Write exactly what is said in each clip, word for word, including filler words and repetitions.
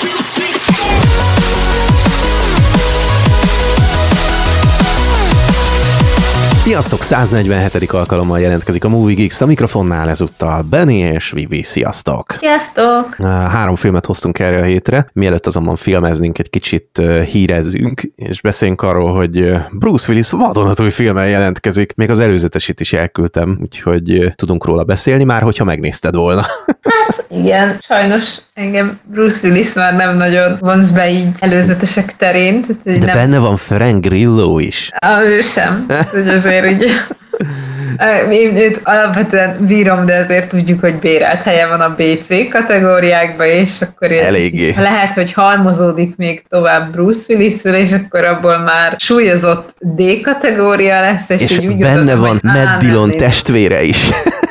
Sziasztok! száznegyvenhetedik alkalommal jelentkezik a Movie Geeks, a mikrofonnál ezúttal Benny és Vivi. Sziasztok! Sziasztok! Három filmet hoztunk erre a hétre, mielőtt azonban filmeznénk, egy kicsit hírezzünk, és beszéljünk arról, hogy Bruce Willis vadonatúj filmmel jelentkezik. Még az előzetesét is elküldtem, úgyhogy tudunk róla beszélni már, hogyha megnézted volna. Hát igen, sajnos engem Bruce Willis már nem nagyon vonz be így előzetesek terén. Tehát, De nem... benne van Frank Grillo is. Ah, ő sem. Hogy azért így... Én őt alapvetően bírom, de azért tudjuk, hogy bérelt helye van a bé cé kategóriákban, és akkor eléggé. Lehet, hogy halmozódik még tovább Bruce Willis-ről, és akkor abból már súlyozott D kategória lesz, és, és így úgy benne gondolom, van Matt Dillon testvére is.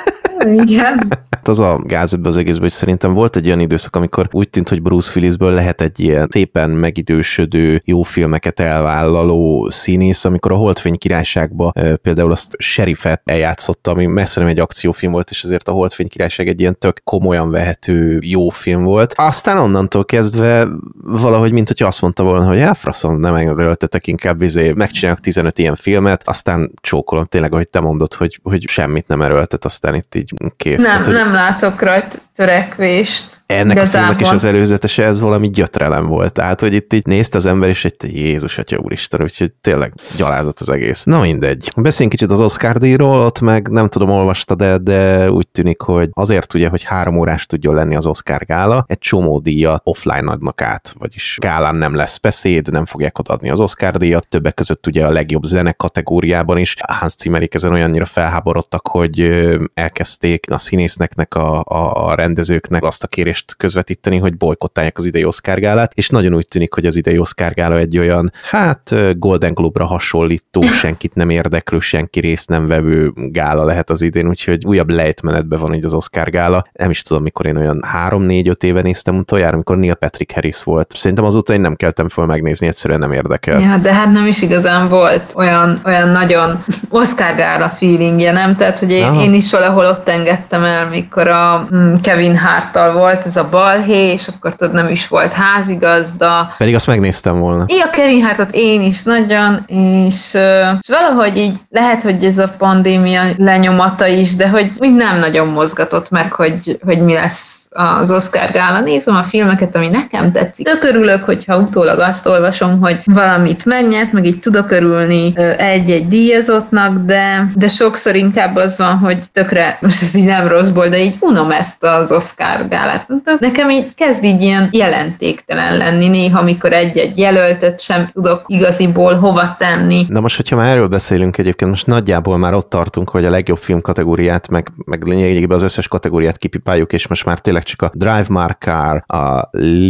Igen. Hát az a gáz ebbe az egészben, hogy szerintem volt egy olyan időszak, amikor úgy tűnt, hogy Bruce Willisből lehet egy ilyen szépen megidősödő, jó filmeket elvállaló színész, amikor a Holdfény Királyságban e, például azt Sheriffet eljátszotta, ami messze nem egy akciófilm volt, és azért a Holdfény Királyság egy ilyen tök komolyan vehető jó film volt. Aztán onnantól kezdve valahogy, mint hogyha azt mondta volna, hogy elfraszom, nem erőltetek, inkább vizé, megcsinálok tizenöt ilyen filmet, aztán csókolom tényleg, ahogy te mondod, hogy, hogy semmit nem erőltet, aztán itt így kész. Nem, hát, hogy... nem látok rajta törekvést. Ennek igazából. A filmnek is az előzetese, ez valami gyötrelem volt. Tehát, hogy itt így nézte az ember, és egy Jézus Atya Úristen, úgyhogy tényleg gyalázat az egész. Na mindegy. Beszéljünk kicsit az Oscar-díjról, ott meg nem tudom, olvasta, de, de úgy tűnik, hogy azért ugye, hogy három órás tudjon lenni az Oscar gála, egy csomó díjat offline adnak át, vagyis gálán nem lesz beszéd, nem fogják odaadni az Oscar-díjat, többek között ugye a legjobb zene kategóriában is. Hans Zimmerik ezen olyannyira felháborodtak, hogy elkezdték a színésznek, a, a, a rendezőknek azt a kérést közvetíteni, hogy bojkottálják az idei Oscar gálát, és nagyon úgy tűnik, hogy az idei Oscar gála egy olyan, hát Golden Globe-ra hasonlító, senkit nem érdeklő, senki részt nem vevő gála lehet az idén, úgyhogy újabb lejtmenetben van így az Oscar gála. Nem is tudom, mikor én olyan három-négy-öt éve néztem utoljára, amikor Neil Patrick Harris volt. Szerintem azóta én nem keltem föl megnézni, egyszerűen nem érdekel. Ja, de hát nem is igazán volt olyan, olyan nagyon Oscar gála feelingje, nem? Tehát, hogy én, én is valahol ott engedtem el, mikor a Kevin Harttal volt ez a balhé, és akkor tudod, nem is volt házigazda. Pedig azt megnéztem volna. Igen, a Kevin Hartot én is nagyon, és, és valahogy így lehet, hogy ez a pandémia lenyomata is, de hogy úgy nem nagyon mozgatott meg, hogy, hogy mi lesz az Oscar gála. Nézem a filmeket, ami nekem tetszik. Tök örülök, hogyha utólag azt olvasom, hogy valamit megnyert, meg így tudok örülni egy-egy díjazottnak, de, de sokszor inkább az van, hogy tökre, most ez így nem rosszból, de így unom ezt az Oscar gálát. Nekem így kezd így ilyen jelentéktelen lenni néha, amikor egy-egy jelöltet sem tudok igaziból hova tenni. Na most, hogyha már erről beszélünk egyébként, most nagyjából már ott tartunk, hogy a legjobb film kategóriát, meg, meg lényegében az összes kategóriát kipipáljuk, és most már tényleg csak a Drive My Car, a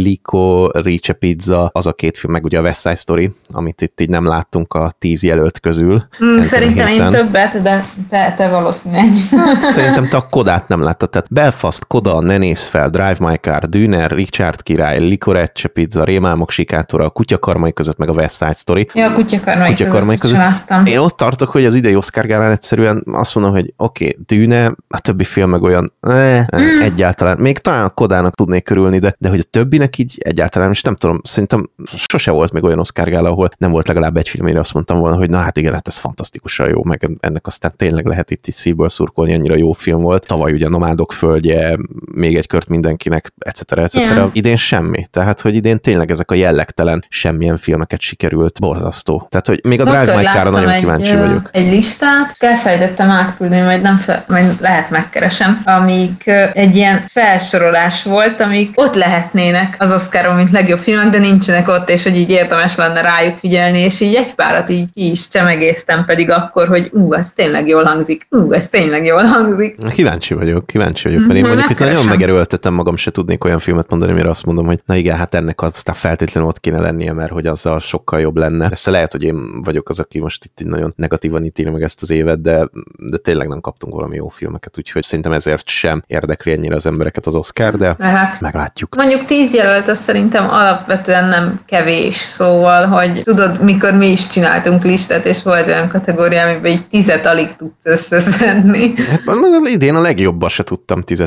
Licorice Pizza, az a két film, meg ugye a West Side Story, amit itt így nem láttunk a tíz jelölt közül. Mm, szerintem én többet, de te, te valószínűleg. Hát, szerintem te a Kodát nem láttad, tehát Belfast, Koda, Ne nézz fel, Drive My Car, Dűner, Richard király, Licorice Pizza, Rémálmok sikátora, a Kutyakarmai között, meg a West Side Story. Ja, a Kutyakarmai, Kutyakarmai között, között láttam. Én ott tartok, hogy az idei Oscar gálán egyszerűen azt mondom, hogy oké, okay, Dűne, a többi film meg olyan eh, mm. egyáltalán. Még talán a Kodának tudnék körülni, de, de hogy a többinek így egyáltalán, és nem tudom, szerintem sose volt még olyan Oscar gála, ahol nem volt legalább egy filmére azt mondtam volna, hogy na hát igen, hát ez fantasztikusan jó, meg ennek aztán tényleg lehet itt is szívből szurkolni, annyira jó film volt. Tavaly ugye Nomádok földje, még egy kört mindenkinek, et cetera, et cetera. Yeah. Idén semmi. Tehát, hogy idén tényleg ezek a jellegtelen semmilyen filmeket sikerült. Borzasztó. Tehát, hogy még a Drive My Car-ra nagyon egy, kíváncsi vagyok. Egy listát, elfelejtettem átküldni, majd nem fel, majd lehet megkeresem, amik egy ilyen felsorolás volt, amik ott lehetnének az Oscaron, mint legjobb filmek, de nincsenek ott, és hogy így érdemes lenne rájuk figyelni, és így egy párat így ki is csemegéztem pedig akkor, hogy ú, ez tényleg jól hangzik, ú, ez tényleg jól hangzik. Kíváncsi vagyok, kíváncsi vagyok, mert én mondjuk itt nagyon megerőltetem magam, se tudnék olyan filmet mondani, mire azt mondom, hogy na igen, hát ennek aztán feltétlenül ott kéne lennie, mert hogy azzal sokkal jobb lenne. Ezt lehet, hogy én vagyok az, aki most itt nagyon negatívan ítéli meg ezt az évet, de, de tényleg nem kaptunk valami jó filmeket, úgyhogy szerintem ezért sem érdekli ennyire az embereket az Oscar, de lehet. Meglátjuk. Mondjuk tíz jelölt, az szerintem alapvetően nem kevés, szóval, hogy tudod, mikor mi is csináltunk listát, és volt olyan kategória, amiben így tizet alig tudsz összeszedni. Hát idén a legjobban se tudtam tizet összeszedni.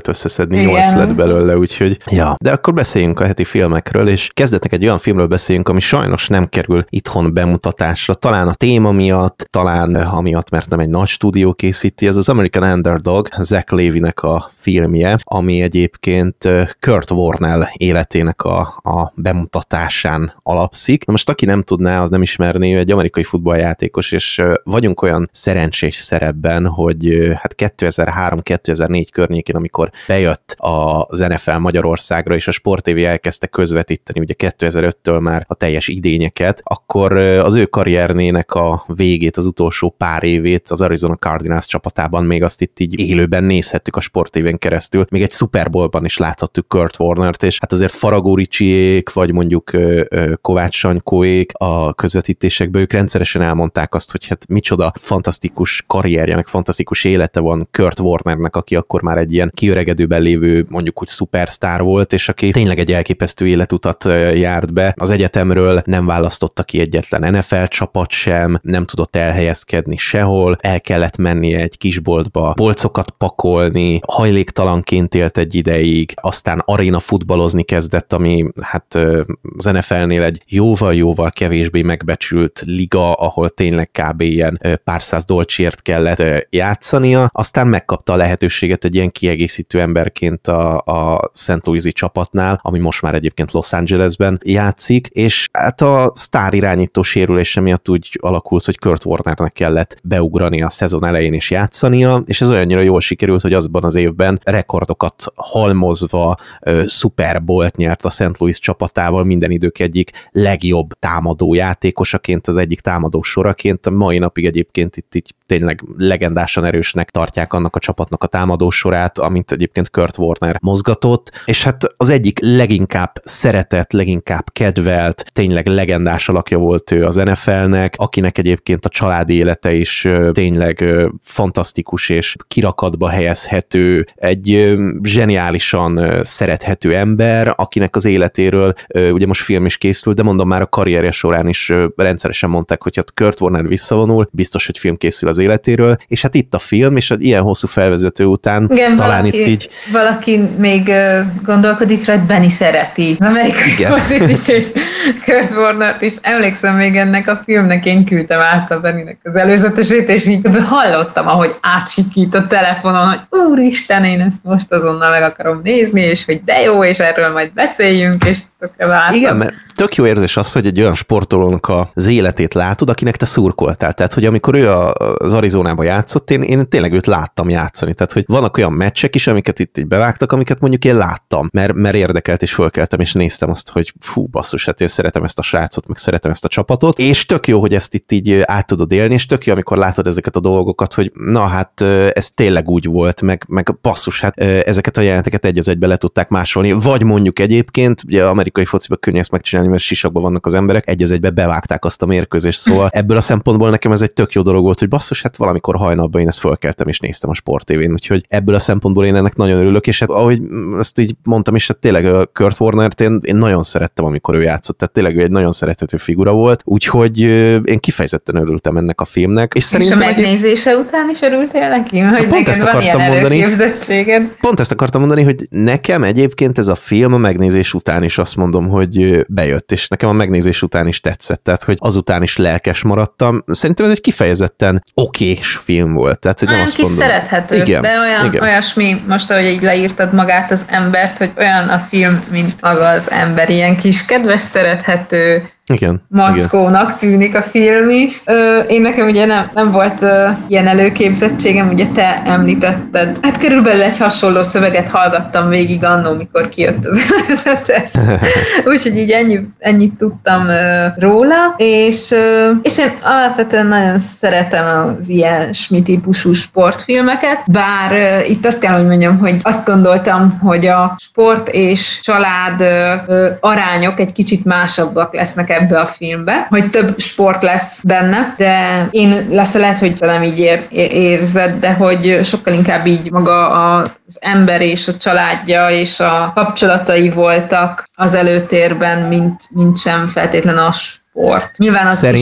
szedni, nyolc lett belőle, úgyhogy ja. De akkor beszéljünk a heti filmekről, és kezdetnek egy olyan filmről beszéljünk, ami sajnos nem kerül itthon bemutatásra, talán a téma miatt, talán amiatt, mert nem egy nagy stúdió készíti, ez az American Underdog, Zach Levi-nek a filmje, ami egyébként Kurt Warner életének a, a bemutatásán alapszik. Na most aki nem tudná, az nem ismerné, ő egy amerikai futballjátékos, és vagyunk olyan szerencsés szerepben, hogy hát kétezer-három kétezer-négy környékén, amikor bejött az en ef el Magyarországra, és a Sport té vé elkezdte közvetíteni, ugye kétezer-öttől már a teljes idényeket, akkor az ő karriernének a végét, az utolsó pár évét az Arizona Cardinals csapatában még azt itt így élőben nézhettük a Sport té vén keresztül. Még egy Super Bowlban is láthattuk Kurt Warnert, és hát azért Faragó Ricsiék, vagy mondjuk Kovács Sanykóék a közvetítésekben ők rendszeresen elmondták azt, hogy hát micsoda fantasztikus karrierje, meg fantasztikus élete van Kurt Warnernek, aki akkor már egy ilyen kiöregedőben lévő mondjuk úgy szupersztár volt, és aki tényleg egy elképesztő életutat járt be. Az egyetemről nem választotta ki egyetlen en ef el csapat sem, nem tudott elhelyezkedni sehol, el kellett mennie egy kisboltba, polcokat pakolni, hajléktalanként élt egy ideig, aztán aréna futballozni kezdett, ami hát az en ef elnél egy jóval-jóval kevésbé megbecsült liga, ahol tényleg kb. Ilyen pár száz dolcsért kellett játszania, aztán megkapta a lehetőséget egy ilyen kiegészítő emberként a, a Saint Louis-i csapatnál, ami most már egyébként Los Angelesben játszik, és hát a sztár irányító sérülése miatt úgy alakult, hogy Kurt Warnernek kellett beugrani a szezon elején és játszania, és ez olyannyira jól sikerült, hogy azban az évben rekordokat halmozva Super Bowl-t nyert a Saint Louis csapatával, minden idők egyik legjobb támadó játékosaként, az egyik támadó soraként, a mai napig egyébként itt így tényleg legendásan erősnek tartják annak a csapatnak a támadó sorát, amint egyébként Kurt Warner mozgatott, és hát az egyik leginkább szeretett, leginkább kedvelt, tényleg legendás alakja volt ő az en ef elnek, akinek egyébként a családi élete is tényleg fantasztikus és kirakatba helyezhető, egy zseniálisan szerethető ember, akinek az életéről ugye most film is készült, de mondom már a karrierje során is rendszeresen mondták, hogy hát Kurt Warner visszavonul, biztos, hogy film készül az életéről, és hát itt a film, és ilyen hosszú felvezető után igen, talán valaki, itt így... valaki még gondolkodik rá, hogy Benny szereti az amerikai focit is, és Kurt Warnert is. Emlékszem még ennek a filmnek, én küldtem át a Bennynek az előzetesét, és így hallottam, ahogy átsikít a telefonon, hogy úristen, én ezt most azonnal meg akarom nézni, és hogy de jó, és erről majd beszéljünk, és tökre vártam. Igen, mert tök jó érzés az, hogy egy olyan sportolónak az életét látod, akinek te szurkoltál. Tehát, hogy amikor ő az Arizonában játszott, én, én tényleg őt láttam játszani. Tehát, hogy vannak olyan meccsek is, amiket itt így bevágtak, amiket mondjuk én láttam, mert, mert érdekelt, és fölkeltem, és néztem azt, hogy fú, basszus, hát én szeretem ezt a srácot, meg szeretem ezt a csapatot, és tök jó, hogy ezt itt így át tudod élni, és tök jó, amikor látod ezeket a dolgokat, hogy na hát ez tényleg úgy volt, meg, meg basszus, hát ezeket a jeleneteket egy az egybe le tudták másolni, vagy mondjuk egyébként, ugye amerikai fociban könnyű ezt megcsinálni, mert sisakban vannak az emberek, egy az egybe bevágták azt a mérkőzést, szóval ebből a szempontból nekem ez egy tök jó dolog volt, hogy basszus, hát valamikor hajnalban én ezt fölkeltem és néztem a Sport té vén, úgyhogy ebből a szempontból én ennek nagyon örülök, és hát ahogy ezt így mondtam is, hát tényleg a Kurt Warnert én, én nagyon szerettem, amikor ő játszott, tehát tényleg ő egy nagyon szerethető figura volt, úgyhogy én kifejezetten örültem ennek a filmnek. És, és a megnézése egy... után is örültél neki? Hogy pont ezt akartam mondani, előképzettséged? Pont ezt akartam mondani, hogy nekem egyébként ez a film a megnézés után is azt mondom, hogy bejött, és nekem a megnézés után is tetszett, tehát hogy azután is lelkes maradtam. Szerintem ez egy kifejezetten okés film volt. Tehát, hogy olyan nem azt kis mondom. szerethető, igen, de olyan, igen. olyasmi, most ahogy így leírtad magát az embert, hogy olyan a film, mint maga az ember, ilyen kis kedves, szerethető, igen, mackónak igen. tűnik a film is. Ö, én nekem ugye nem, nem volt ö, ilyen előképzettségem, ugye te említetted. Hát körülbelül egy hasonló szöveget hallgattam végig annó, mikor kijött az előzetes. Úgyhogy így ennyi, ennyit tudtam ö, róla. És, ö, és én alapvetően nagyon szeretem az ilyen smi típusú sportfilmeket, bár ö, itt azt kell, hogy mondjam, hogy azt gondoltam, hogy a sport és család ö, ö, arányok egy kicsit másabbak lesznek ebbe a filmbe, hogy több sport lesz benne, de én lesz, lehet, hogy nem így ér, érzed, de hogy sokkal inkább így maga az ember és a családja és a kapcsolatai voltak az előtérben, mint, mint sem feltétlen a sport. Nyilván az Szerint... is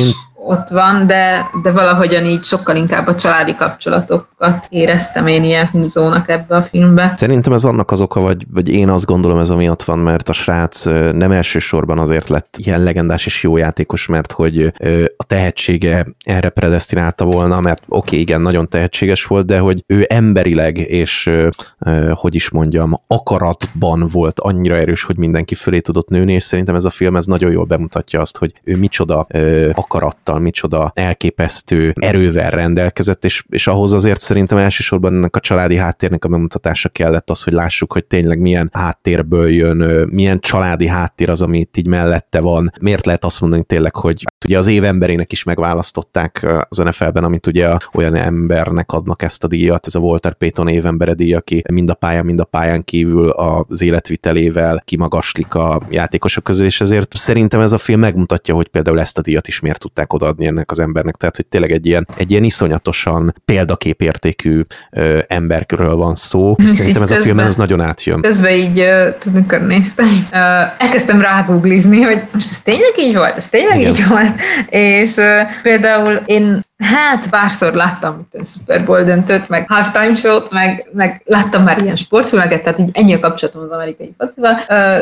ott van, de, de valahogyan így sokkal inkább a családi kapcsolatokat éreztem én ilyen húzónak ebbe a filmbe. Szerintem ez annak az oka, vagy, vagy én azt gondolom ez amiatt van, mert a srác nem elsősorban azért lett ilyen legendás és jó játékos, mert hogy a tehetsége erre predesztinálta volna, mert oké, okay, igen, nagyon tehetséges volt, de hogy ő emberileg és hogy is mondjam, akaratban volt annyira erős, hogy mindenki fölé tudott nőni, és szerintem ez a film ez nagyon jól bemutatja azt, hogy ő micsoda akarattal, micsoda elképesztő erővel rendelkezett, és, és ahhoz azért szerintem elsősorban ennek a családi háttérnek a bemutatása kellett az, hogy lássuk, hogy tényleg milyen háttérből jön, milyen családi háttér az, ami itt így mellette van. Miért lehet azt mondani tényleg, hogy ugye az év emberének is megválasztották az en ef el-ben, amit ugye olyan embernek adnak ezt a díjat, ez a Walter Payton évembere díj, aki mind a pályán, mind a pályán kívül az életvitelével kimagaslik a játékosok közül, és ezért szerintem ez a film megmutatja, hogy például ezt a díjat is miért tudták odaadni ennek az embernek, tehát hogy tényleg egy ilyen, egy ilyen iszonyatosan példaképértékű ö, emberről van szó, és szerintem ez közben, a film ez nagyon átjön. Közben így, uh, tudod, mikor néztem, uh, elkezdtem rágooglizni, hogy most ez tényleg így volt, ez tényleg Igen. így volt, és uh, például én hát párszor láttam itt a Super Bowl döntőt, meg halftime show-t, meg, meg láttam már ilyen sportfilmeket, tehát így ennyi a kapcsolatom az amerikai focival,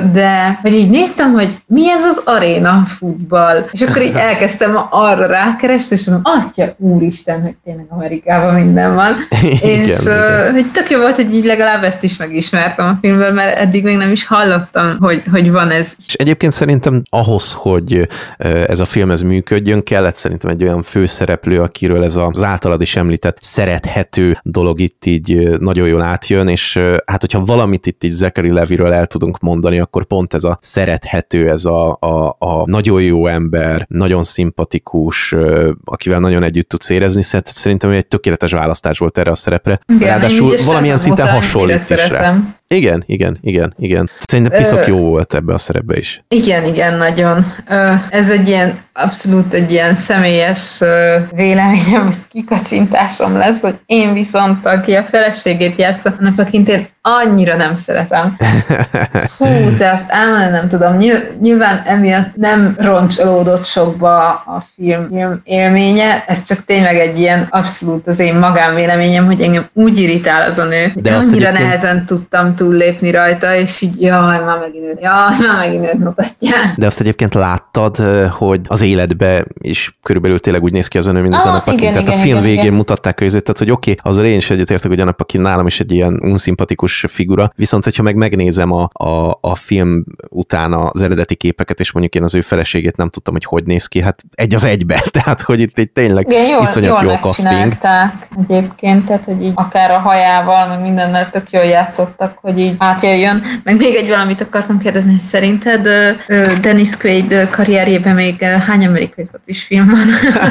de hogy így néztem, hogy mi ez az aréna futball, és akkor így elkezdtem arra rákeresni, és mondom, atya úristen, hogy tényleg Amerikában minden van, és igen, hogy tök jó volt, hogy így legalább ezt is megismertem a filmből, mert eddig még nem is hallottam, hogy, hogy van ez. És egyébként szerintem ahhoz, hogy ez a film ez működjön, kellett szerintem egy olyan főszereplő, akiről ez az általad is említett szerethető dolog itt így nagyon jól átjön, és hát hogyha valamit itt így Zachary Leviről el tudunk mondani, akkor pont ez a szerethető, ez a, a, a nagyon jó ember, nagyon szimpatikus, akivel nagyon együtt tudsz érezni, szerintem egy tökéletes választás volt erre a szerepre. Igen, ráadásul valamilyen szinten hasonlít is rá. Igen, igen, igen, igen. Szerintem piszok jó volt ebbe a szerepbe is. Igen, igen, nagyon. Ez egy ilyen, abszolút egy ilyen személyes véleményem, vagy kikacsintásom lesz, hogy én viszont, aki a feleségét játsza, annak akint én annyira nem szeretem. Hú, te azt elmondani nem tudom. Nyilván emiatt nem roncsolódott sokba a film, film élménye, ez csak tényleg egy ilyen abszolút az én magánvéleményem, hogy engem úgy irritál az a nő, hogy annyira egyébként... nehezen tudtam túllépni rajta, és így jaj, már megint őt, jaj, már megint őt mutatják. De azt egyébként láttad, hogy az életbe is körülbelül tényleg úgy néz ki az a nő, mint az ah, Anna Paquin. Tehát igen, a film igen, végén igen. mutatták között, tehát hogy oké, okay, azzal én is egyetértek, hogy Anna Paquin nálam is egy ilyen unszimpatikus figura, viszont hogyha meg megnézem a, a, a film után az eredeti képeket, és mondjuk én az ő feleségét nem tudtam, hogy hogy néz ki, hát egy az egybe, tehát hogy itt egy tényleg igen, jól, iszonyat jól jó casting. Egyébként, tehát hogy így akár a hajával, meg mindennel tök jól játszottak, hogy így átjöjjön. Meg még egy valamit akartam kérdezni, hogy szerinted uh, Dennis Quaid karrierjében még uh, hány amerikai focis film van?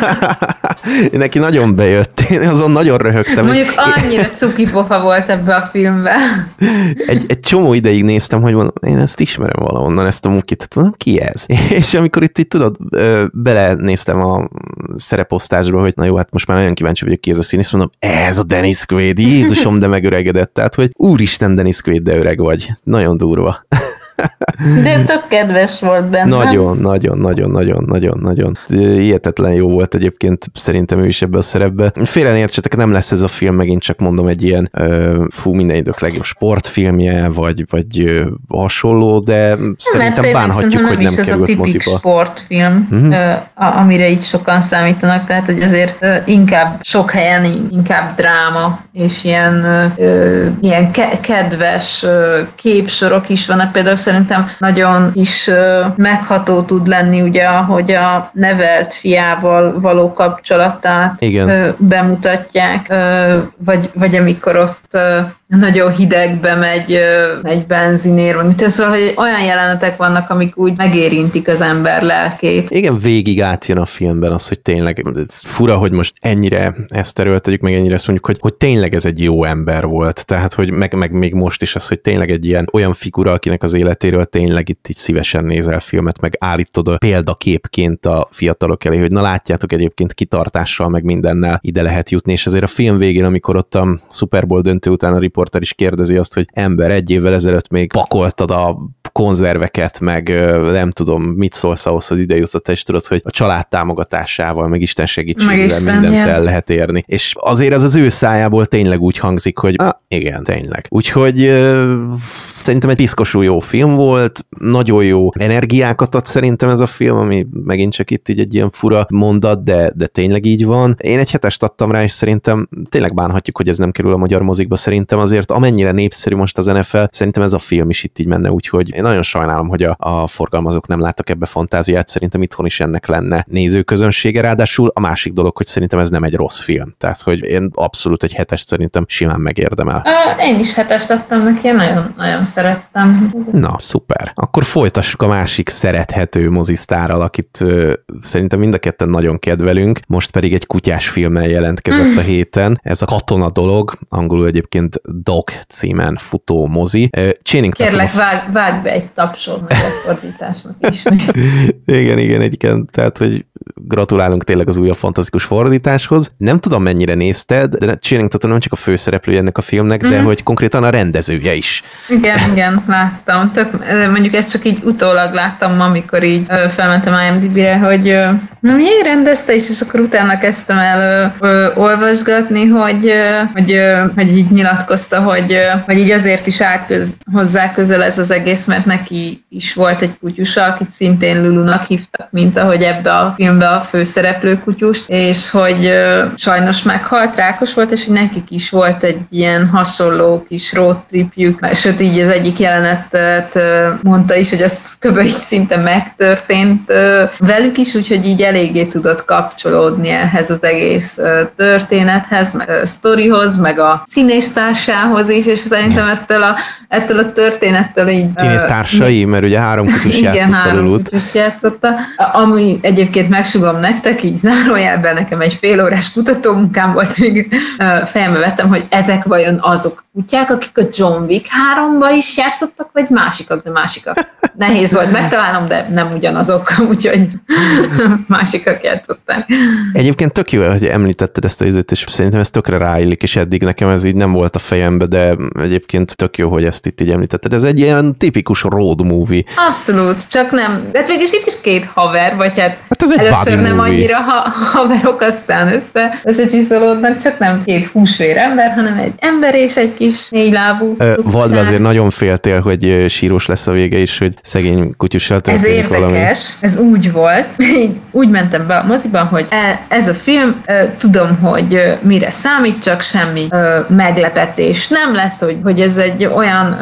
Neki nagyon bejött, én azon nagyon röhögtem. Mondjuk annyira cuki pofa volt ebbe a filmbe. Egy, egy csomó ideig néztem, hogy mondom, én ezt ismerem valahonnan, ezt a mukit, tehát mondom, ki ez? És amikor itt, itt tudod, belenéztem a szereposztásba, hogy na jó, hát most már nagyon kíváncsi vagyok, ki ez a színész, mondom, ez a Dennis Quaid, Jézusom, de megöregedett, tehát, hogy úristen, Dennis Quaid, de öreg vagy. Nagyon durva. De tök kedves volt benne. Nagyon, nagyon, nagyon, nagyon, nagyon, nagyon. Hihetetlen jó volt egyébként szerintem ő is ebbe a szerepbe. Félre ne értsetek, nem lesz ez a film, megint csak mondom egy ilyen uh, fú, minden idők legjobb sportfilmje, vagy, vagy uh, hasonló, de nem, szerintem bánhatjuk, hogy nem került moziba. Nem is ez a tipik sportfilm, uh-huh. uh, amire itt sokan számítanak, tehát hogy azért uh, inkább sok helyen inkább dráma, és ilyen, uh, ilyen ke- kedves uh, képsorok is vannak, például szerintem nagyon is uh, megható tud lenni, ugye, hogy a nevelt fiával való kapcsolatát uh, bemutatják, uh, vagy, vagy amikor ott uh, nagyon hidegbe megy, uh, megy benzinér, vagy mit szóval, hogy olyan jelenetek vannak, amik úgy megérintik az ember lelkét. Igen, végig átjön a filmben az, hogy tényleg fura, hogy most ennyire ezt erőltetjük, meg ennyire ezt mondjuk, hogy, hogy tényleg ez egy jó ember volt. Tehát, hogy meg, meg még most is az, hogy tényleg egy ilyen olyan figura, akinek az életéről tényleg itt így szívesen nézel filmet, meg állítod a példaképként a fiatalok elé, hogy na látjátok, egyébként kitartással, meg mindennel ide lehet jutni, és azért a film végén, amikor ott a Super Bowl döntő után a riporter is kérdezi azt, hogy ember, egy évvel ezelőtt még pakoltad a konzerveket, meg nem tudom, mit szólsz ahhoz, hogy ide jutott, és tudod, hogy a család támogatásával, meg Isten segítségével meg Isten, mindent el lehet érni. És azért ez az ő szájából tényleg úgy hangzik, hogy ah, igen, tényleg. Úgyhogy szerintem egy piszkosul jó film volt, nagyon jó energiákat ad szerintem ez a film, ami megint csak itt így egy ilyen fura mondat, de, de tényleg így van. Én egy hetest adtam rá, és szerintem tényleg bánhatjuk, hogy ez nem kerül a magyar mozikba. Szerintem azért amennyire népszerű most az en ef el, szerintem ez a film is itt így menne, úgyhogy én nagyon sajnálom, hogy a, a forgalmazók nem láttak ebbe fantáziát, szerintem itthon is ennek lenne nézőközönsége, ráadásul a másik dolog, hogy szerintem ez nem egy rossz film, tehát hogy én abszolút egy hetest szerintem simán megérdemel. Én is hetest adtam neki, én nagyon, nagyon szerettem. Na, szuper. Akkor folytassuk a másik szerethető mozisztárral, akit ö, szerintem mind a ketten nagyon kedvelünk, most pedig egy kutyás filmmel jelentkezett a héten. Ez a Katona dolog, angolul egyébként Dog címen futó mozi. Channing Kérlek, vág, vág be egy tapsot meg a fordításnak is. igen, igen, egyébként, tehát, hogy gratulálunk tényleg az újabb fantasztikus fordításhoz. Nem tudom, mennyire nézted, de Channing Tatum nem csak a főszereplője ennek a filmnek, mm-hmm. de hogy konkrétan a rendezője is. Igen, igen, láttam. Tök, mondjuk ezt csak így utólag láttam ma, amikor így felmentem i em dé bé-re, hogy na miért rendezte is, és akkor utána kezdtem el ö, ö, olvasgatni, hogy, ö, hogy, ö, hogy így nyilatkozta, hogy, ö, hogy így azért is állt köz, hozzá közel ez az egész, mert neki is volt egy kutyusa, akit szintén Lulunak hívtak, mint ahogy ebbe a filmbe a főszereplő kutyust, és hogy ö, sajnos meghalt, rákos volt, és hogy nekik is volt egy ilyen hasonló kis road tripjük, sőt így az egyik jelenetet ö, mondta is, hogy az kb. Így szinte megtörtént ö, velük is, úgyhogy így eléggé tudott kapcsolódni ehhez az egész ö, történethez, meg a sztorihoz, meg a színésztársához is, és szerintem ettől a, ettől a történettől így... Színésztársai, mert ugye három kutyus igen, játszotta három Lulut. kutyus játszotta. Ami egyébként megsugom nektek, így zárójelben nekem egy félórás kutatómunkám volt, még fejembe vettem, hogy ezek vajon azok kutyák, akik a John Wick háromba is játszottak, vagy másikak, de másikak. Nehéz volt megtalálnom, de nem ugyanazok, úgyhogy másikak játszották. Egyébként tök jó, hogy említetted ezt a izét, és szerintem ez tökre ráillik, és eddig nekem ez így nem volt a fejembe, de egyébként tök jó, hogy ezt itt így említetted. Ez egy ilyen tipikus road movie. Abszolút, csak nem. De végülis itt is két haver, vagy hát, hát ez egy először nem movie. annyira ha- haverok, aztán össze, összecsiszolódnak, csak nem két húsvér ember, hanem egy ember és egy kis négylábú. Vald, azért nagyon féltél, hogy sírós lesz a vége is, hogy szegény kutyussal történik valami. Ez érdekes, ez úgy volt, úgy mentem be a moziban, hogy ez a film, tudom, hogy mire számít, csak semmi meglepetés nem lesz, hogy, hogy ez egy olyan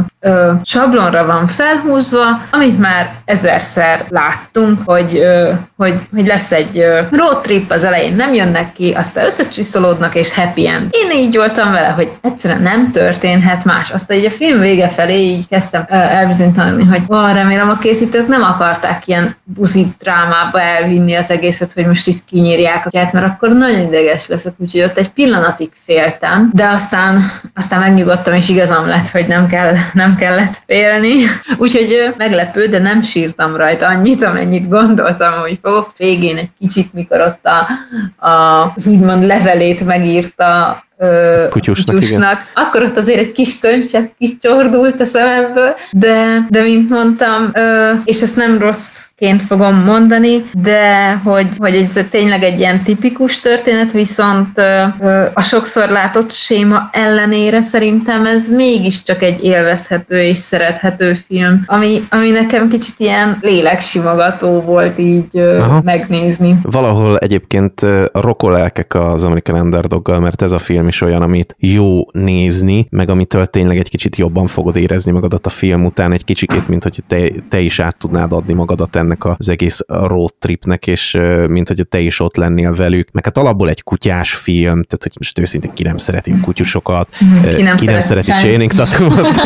sablonra van felhúzva, amit már ezerszer láttunk, hogy, hogy, hogy lesz egy road trip, az elején nem jönnek ki, aztán összecsiszolódnak, és happy end. Én így voltam vele, hogy egyszerűen nem történhet más. Aztán így a film vége felé így kezdtem elbizonytalanni, hogy ó, remélem a készítők nem akarták ilyen buzi drámába elvinni az egészet, hogy most itt kinyírják a kutyát, mert akkor nagyon ideges leszek, úgyhogy ott egy pillanatig féltem, de aztán, aztán megnyugodtam, és igazam lett, hogy nem, kell, nem kellett félni. Úgyhogy meglepő, de nem sírtam rajta annyit, amennyit gondoltam, hogy fogok. Végén egy kicsit, mikor ott a, a, az úgymond levelét megírta Ö, kutyusnak, kutyusnak. Akkor ott azért egy kis könycsepp kicsordult a szememből, de, de mint mondtam, ö, és ezt nem rosszként fogom mondani, de hogy, hogy ez tényleg egy ilyen tipikus történet, viszont ö, a sokszor látott séma ellenére szerintem ez mégiscsak egy élvezhető és szerethető film, ami, ami nekem kicsit ilyen léleksimogató volt így ö, megnézni. Valahol egyébként a rokolelkek az American Underdoggal, mert ez a film is olyan, amit jó nézni, meg amitől tényleg egy kicsit jobban fogod érezni magadat a film után, egy kicsikét, mint hogy te, te is át tudnád adni magadat ennek az egész road tripnek, és mint hogy te is ott lennél velük. Meg hát alapból egy kutyás film, tehát hogy most őszintén ki nem szereti a kutyusokat, ki nem, ki nem szereti Channing Tatumot.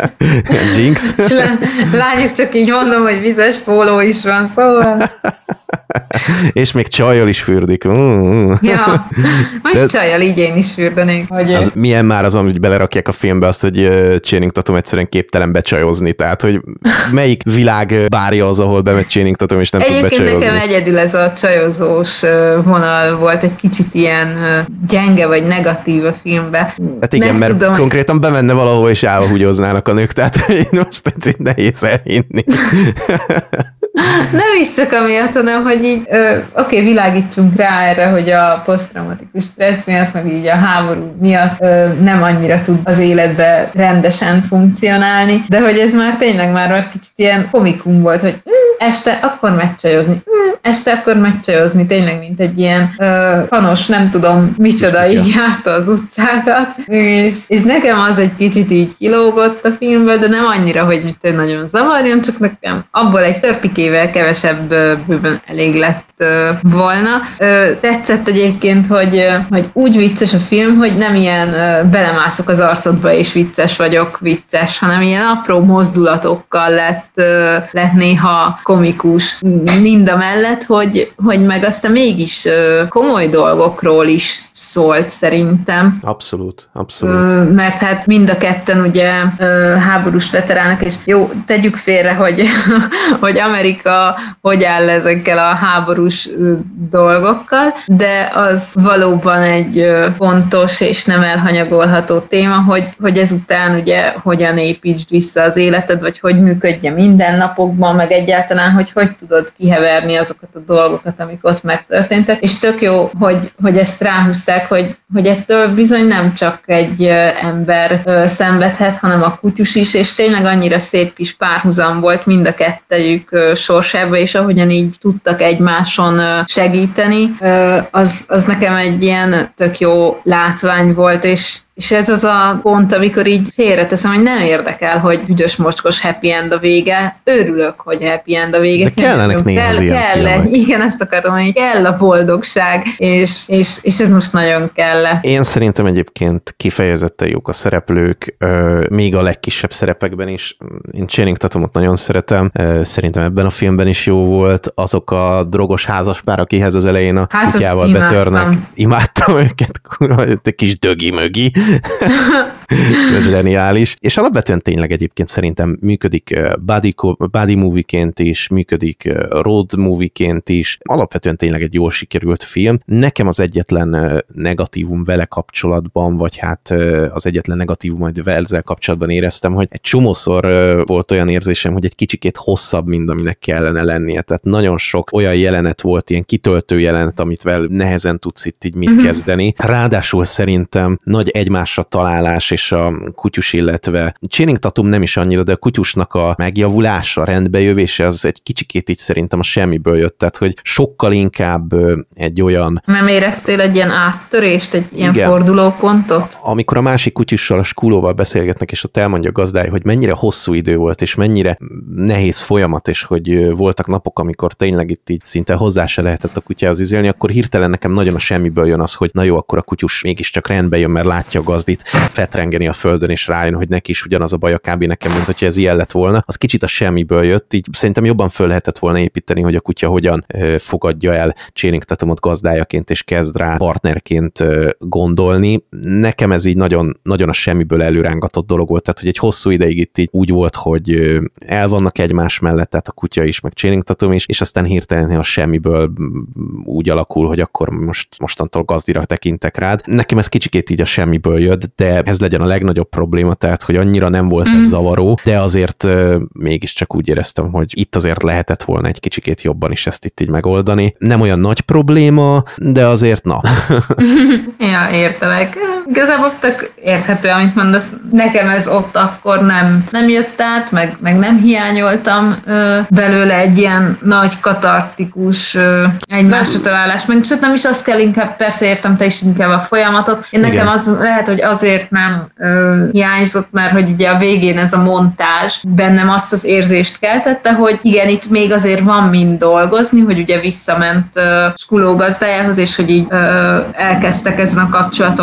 Jinx. Lányok, csak így mondom, hogy vizes póló is van, szóval... És még csajjal is fürdik. Mm. Ja, most De... csajjal így én is fürdenék. Hogy... Az milyen már az, amit belerakják a filmbe azt, hogy Channing Tatum egyszerűen képtelen becsajozni, tehát hogy melyik világ bárja az, ahol bemegy Channing Tatum és nem Egyébként tud becsajozni. Nekem egyedül ez a csajozós vonal volt egy kicsit ilyen gyenge vagy negatív a filmbe. Hát igen, nem mert tudom, konkrétan bemenne valahol és állva húgyoznának a nők, tehát most ez nehéz elhinni. Nem is csak amiatt, hanem, hogy így oké, okay, világítsunk rá erre, hogy a posztraumatikus stressz miatt, meg így a háború miatt ö, nem annyira tud az életbe rendesen funkcionálni, de hogy ez már tényleg már egy kicsit ilyen komikum volt, hogy mm, este akkor megcsajozni, mm, este akkor megcsajozni, tényleg mint egy ilyen ö, panos, nem tudom micsoda, így járta az utcákat, és, és nekem az egy kicsit így kilógott a filmből, de nem annyira, hogy mit nagyon zavarjon, csak nekem abból egy törpikével kevesebb bőven elég lett volna. Tetszett egyébként, hogy, hogy úgy vicces a film, hogy nem ilyen belemászok az arcodba és vicces vagyok, vicces, hanem ilyen apró mozdulatokkal lett, lett néha komikus. Mind a mellett, hogy, hogy meg aztán mégis komoly dolgokról is szólt szerintem. Abszolút, abszolút. Mert hát mind a ketten ugye háborús veteránok, és jó, tegyük félre, hogy, hogy Amerika hogy áll ezekkel a háborús dolgokkal, de az valóban egy fontos és nem elhanyagolható téma, hogy, hogy ezután ugye hogyan építsd vissza az életed, vagy hogy működje mindennapokban, meg egyáltalán, hogy hogy tudod kiheverni azokat a dolgokat, amik ott megtörténtek. És tök jó, hogy, hogy ezt ráhúzták, hogy, hogy ettől bizony nem csak egy ember szenvedhet, hanem a kutyus is, és tényleg annyira szép kis párhuzam volt mind a kettejük sorsába, és ahogyan így tudtak egymáson segíteni, az, az nekem egy ilyen tök jó látvány volt, és És ez az a pont, amikor így félreteszem, hogy nem érdekel, hogy büdös mocskos happy end a vége. Örülök, hogy happy end a vége. De kellenek néha az ilyen kell, kell, igen, ezt akartam, hogy kell a boldogság, és, és, és ez most nagyon kell. Én szerintem egyébként kifejezetten jók a szereplők, még a legkisebb szerepekben is. Én Channing Tatumot nagyon szeretem, szerintem ebben a filmben is jó volt. Azok a drogos házaspár, akihez az elején a hát kutyával betörnek. Imádtam őket, kurva, egy kis dögi-mögi. Ez zseniális. És alapvetően tényleg egyébként szerintem működik body, body movie-ként is, működik road movie-ként is. Alapvetően tényleg egy jól sikerült film. Nekem az egyetlen negatívum vele kapcsolatban, vagy hát az egyetlen negatívum, majd ezzel kapcsolatban éreztem, hogy egy csomószor volt olyan érzésem, hogy egy kicsikét hosszabb, mint aminek kellene lennie. Tehát nagyon sok olyan jelenet volt, ilyen kitöltő jelenet, amit vel nehezen tudsz itt így mit mm-hmm. kezdeni. Ráadásul szerintem nagy egymásra találás és a kutyus, illetve Channing Tatum nem is annyira, de a kutyusnak a megjavulása, rendbejövése az egy kicsikét így szerintem a semmiből jött, tehát hogy sokkal inkább egy olyan... Nem éreztél egy ilyen áttörést, egy ilyen igen, fordulópontot? Amikor a másik kutyussal, a Skulóval beszélgetnek, és ott elmondja a gazdája, hogy mennyire hosszú idő volt, és mennyire nehéz folyamat, és hogy voltak napok, amikor tényleg itt így szinte hozzá se lehetett a kutyához izélni, akkor hirtelen nekem nagyon a semmiből jön az, hogy na jó, akkor a kutyus mégiscsak rendbe jön, mert látja a gazdit fetrengeni a földön, és rájön, hogy neki is ugyanaz a baja kb. Nekem, mint hogyha ez ilyen lett volna. Az kicsit a semmiből jött, így szerintem jobban föl lehetett volna építeni, hogy a kutya hogyan ö, fogadja el Channing Tatumot gazdájaként, és kezd rá partnerként ö, gondolni. Nekem ez így nagyon, nagyon a semmiből előrángatott dolog volt, tehát hogy egy hosszú ideig itt így úgy volt, hogy ö, el vannak egymás mellett, tehát a kutya is, meg Channing Tatum is, és aztán hirtelen a semmiből úgy alakul, hogy akkor most mostantól gazdira tekintek rád. Nekem ez kicsikét így a semmiből jött, de ez legyen a legnagyobb probléma, tehát, hogy annyira nem volt mm. ez zavaró, de azért uh, mégiscsak úgy éreztem, hogy itt azért lehetett volna egy kicsikét jobban is ezt itt így megoldani. Nem olyan nagy probléma, de azért na. Ja, értelek. Igazából tök érthető, amit mondasz. Nekem ez ott akkor nem, nem jött át, meg, meg nem hiányoltam ö, belőle egy ilyen nagy katartikus ö, egymásra találás, meg csak nem is azt kell, inkább persze értem te is inkább a folyamatot. Én nekem az lehet, hogy azért nem ö, hiányzott, mert hogy ugye a végén ez a montázs bennem azt az érzést keltette, hogy igen, itt még azért van mind dolgozni, hogy ugye visszament ö, Skuló gazdájához, és hogy így ö, elkezdtek ezen a kapcsolaton még dolgozni,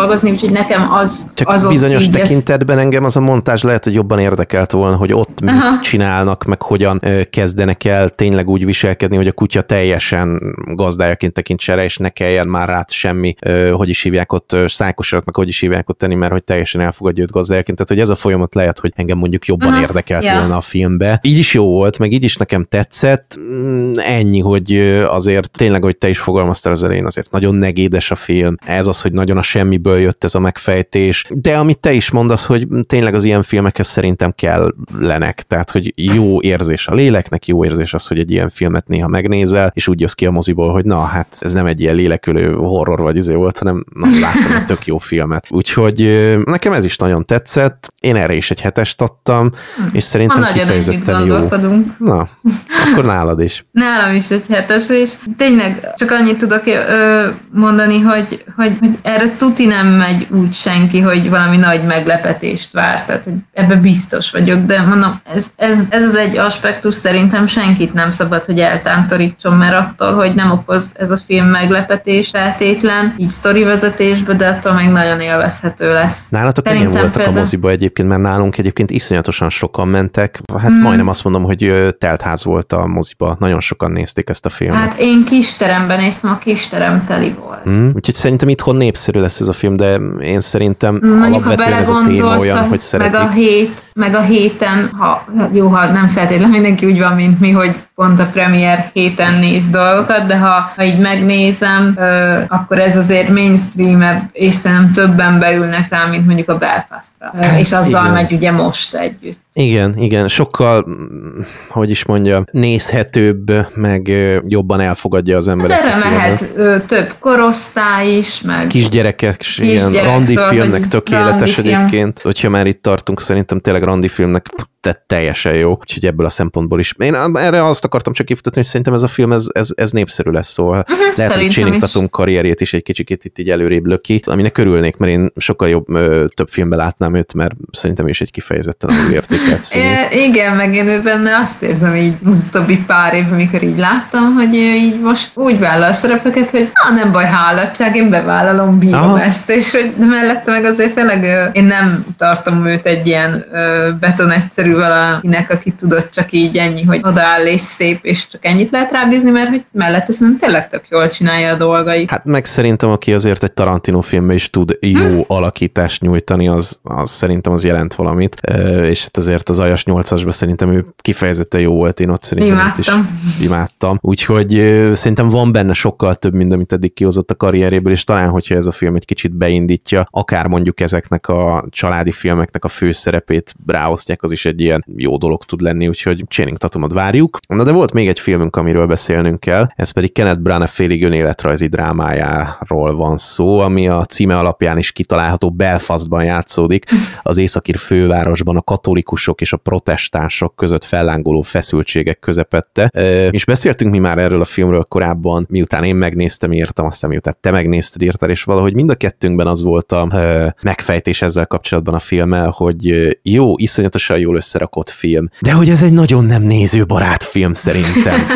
dolgozni, úgyhogy nekem az, csak az bizonyos tekintetben ez... engem az a montázs lehet, hogy jobban érdekelt volna, hogy ott mit Aha. csinálnak, meg hogyan kezdenek el tényleg úgy viselkedni, hogy a kutya teljesen gazdájaként tekintse rá, és ne kelljen már rá semmi, hogy is hívják ott, szájkosarat, meg hogy is hívják ott tenni, mert hogy teljesen elfogadja őt gazdájaként. Tehát, hogy ez a folyamat lehet, hogy engem mondjuk jobban Aha. érdekelt yeah. volna a filmbe. Így is jó volt, meg így is nekem tetszett. Ennyi, hogy azért tényleg, hogy te is fogalmaztál az elején, azért nagyon negédes a film. Ez az, hogy nagyon a semmiből jött ez a megfejtés. De amit te is mondasz, hogy tényleg az ilyen filmekhez szerintem kellenek. Tehát, hogy jó érzés a léleknek, jó érzés az, hogy egy ilyen filmet néha megnézel, és úgy jössz ki a moziból, hogy na, hát ez nem egy ilyen lélekülő horror vagy izé volt, hanem na, láttam egy tök jó filmet. Úgyhogy nekem ez is nagyon tetszett. Én erre is egy hetest adtam, és szerintem ha kifejezetten jó. Na, akkor nálad is. Nálam is egy hetes, és tényleg csak annyit tudok ö, mondani, hogy, hogy, hogy erre tuti nem megy úgy senki, hogy valami nagy meglepetést vár, tehát hogy ebbe biztos vagyok, de mondom, ez, ez, ez az egy aspektus szerintem senkit nem szabad, hogy eltántorítson, mert attól, hogy nem okoz ez a film meglepetés feltétlen, így sztorivezetésbe, de attól még nagyon élvezhető lesz. Nálatok mennyien voltak például... a moziba egyébként, mert nálunk egyébként iszonyatosan sokan mentek, hát hmm. majdnem azt mondom, hogy teltház volt a moziba, nagyon sokan nézték ezt a filmet. Hát én kisteremben néztem, a kisterem teli volt. Hmm. Úgyhogy szerintem itthon népszerű lesz ez a film, de én szerintem mondjuk, alapvetően ez a téma olyan, hogy szeretik. Meg a hét, meg a héten, ha, jó, ha nem feltétlenül mindenki úgy van, mint mi, hogy pont a premier héten néz dolgokat, de ha, ha így megnézem, ö, akkor ez azért mainstream-ebb, és szerintem többen beülnek rá, mint mondjuk a Belfastra. Hát, és azzal igen. megy ugye most együtt. Igen, igen, sokkal, hogy is mondja, nézhetőbb, meg jobban elfogadja az ember hát ezt a filmet. mehet ö, több korosztály is, meg kisgyerekek, ilyen randi szóval, filmnek tökéletes egyébként. Film. Hogyha már itt tartunk, szerintem tényleg randi filmnek teljesen jó, úgyhogy ebből a szempontból is. Én erre azt akartam csak kifutatni, hogy szerintem ez a film, ez, ez, ez népszerű lesz, szóval uh-huh, lehet, hogy Channing Tatum karrierjét is egy kicsikét itt így előrébb löki, aminek örülnék, mert én sokkal jobb, több filmben látnám őt, mert szerintem is egy kifejezetten alul értékelt színész. É, igen, meg én ő benne azt érzem így az utóbbi pár év, amikor így láttam, hogy ő így most úgy vállal a szerepeket, hogy ah, nem baj, háladtság, én bevállalom, bírom Aha. ezt, és hogy mellette meg azért tényleg én nem tartom őt egy ilyen beton egyszerű valakinek, aki tudott csak így ennyi, hogy odaáll és szép, és csak ennyit lehet rábízni, mert hogy mellette szerintem tényleg tök jól csinálja a dolgait. Hát meg szerintem, aki azért egy Tarantino filmben is tud jó hm. alakítást nyújtani, az, az szerintem az jelent valamit, és hát azért az Ajas nyolcasban szerintem ő kifejezetten jó volt, én ott szerintem imádtam. is imádtam. Úgyhogy szerintem van benne sokkal több, mint amit eddig kihozott a karrieréből, és talán, hogyha ez a film egy kicsit beindítja, akár mondjuk ezeknek a családi filmeknek a főszerepét ráosztják, az is egy ilyen jó dolog tud lenni, úgyhogy Channing Tatumot várjuk. Na de volt még egy filmünk, amiről beszélnünk kell, ez pedig Kenneth Branagh félig önéletrajzi drámájáról van szó, ami a címe alapján is kitalálható Belfastban játszódik, az északír fővárosban a katolikusok és a protestánsok között fellángoló feszültségek közepette. E, és beszéltünk mi már erről a filmről korábban, miután én megnéztem, írtam, aztán miután te megnézted, írtál, és valahogy mind a kettőnkben az volt a e, megfejtés ezzel kapcsolatban a filmmel, hogy jó, iszonyatosan jól összerakott film, de hogy ez egy nagyon nem nézőbarát film szerintem.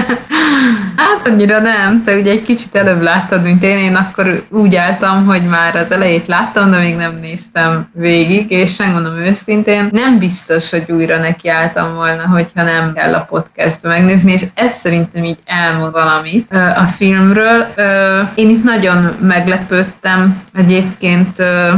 Hát annyira nem, te ugye egy kicsit előbb láttad, mint én, én akkor úgy álltam, hogy már az elejét láttam, de még nem néztem végig, és megmondom őszintén, nem biztos, hogy újra nekiálltam volna, hogyha nem kell a podcastbe megnézni, és ez szerintem így elmond valamit a filmről. Én itt nagyon meglepődtem egyébként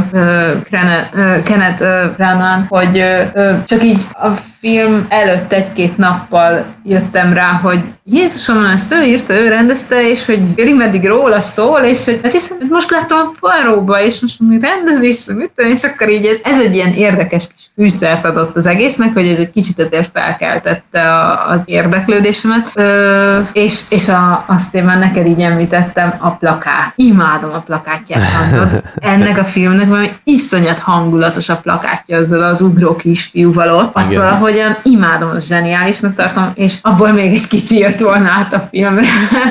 Kenneth Branagh, hogy csak így a film előtt egy-két nappal jöttem rá, hogy Jézusom, ezt ő írta, ő rendezte, és hogy félig meddig róla szól, és hogy hát hiszem, hogy most láttam a Poirotba, és most mi rendezés, mit tudom, és akkor így ez, ez egy ilyen érdekes kis fűszert adott az egésznek, hogy ez egy kicsit azért felkeltette a, az érdeklődésemet, Ö, és, és a, azt én már neked így említettem, a plakát. Imádom a plakátját, ennek a filmnek valami iszonyat hangulatos a plakátja azzal az ugró kisfiúval ott. Azt valahogy valahogyan imádom, zseniálisnak tartom, és abból még egy kicsi jött volna át a filmre,